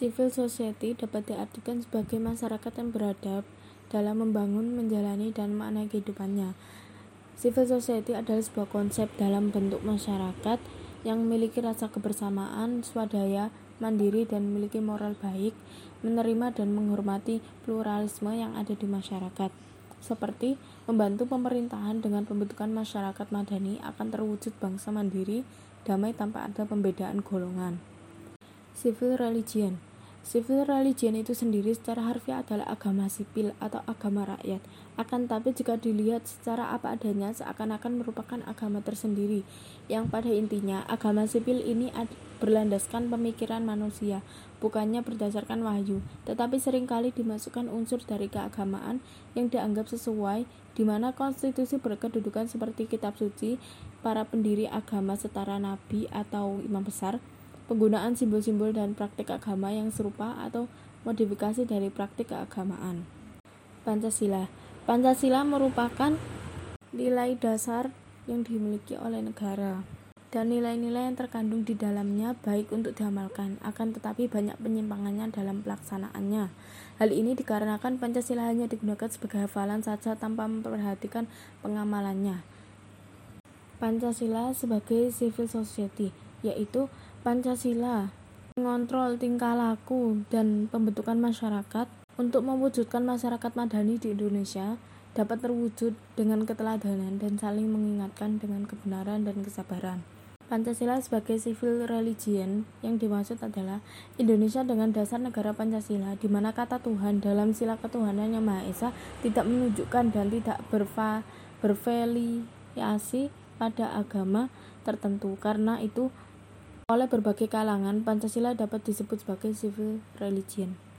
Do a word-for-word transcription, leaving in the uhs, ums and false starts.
Civil society dapat diartikan sebagai masyarakat yang beradab dalam membangun, menjalani, dan memaknai kehidupannya. Civil society adalah sebuah konsep dalam bentuk masyarakat yang memiliki rasa kebersamaan, swadaya, mandiri, dan memiliki moral baik, menerima dan menghormati pluralisme yang ada di masyarakat. Seperti membantu pemerintahan dengan pembentukan masyarakat madani akan terwujud bangsa mandiri, damai tanpa ada pembedaan golongan. Civil religion. Civil religion itu sendiri secara harfiah adalah agama sipil atau agama rakyat. Akan tetapi jika dilihat secara apa adanya seakan-akan merupakan agama tersendiri, yang pada intinya agama sipil ini berlandaskan pemikiran manusia, bukannya berdasarkan wahyu, tetapi seringkali dimasukkan unsur dari keagamaan yang dianggap sesuai, di mana konstitusi berkedudukan seperti kitab suci, para pendiri agama setara nabi atau imam besar, penggunaan simbol-simbol dan praktik agama yang serupa atau modifikasi dari praktik keagamaan. Pancasila. Pancasila merupakan nilai dasar yang dimiliki oleh negara dan nilai-nilai yang terkandung di dalamnya baik untuk diamalkan, akan tetapi banyak penyimpangannya dalam pelaksanaannya. Hal ini dikarenakan Pancasila hanya digunakan sebagai hafalan saja tanpa memperhatikan pengamalannya. Pancasila sebagai civil society, yaitu Pancasila mengontrol tingkah laku dan pembentukan masyarakat untuk mewujudkan masyarakat madani di Indonesia dapat terwujud dengan keteladanan dan saling mengingatkan dengan kebenaran dan kesabaran. Pancasila sebagai civil religion yang dimaksud adalah Indonesia dengan dasar negara Pancasila, di mana kata Tuhan dalam sila ketuhanan yang Maha Esa tidak menunjukkan dan tidak berva, bervariasi pada agama tertentu. Karena itu oleh berbagai kalangan, Pancasila dapat disebut sebagai civil religion.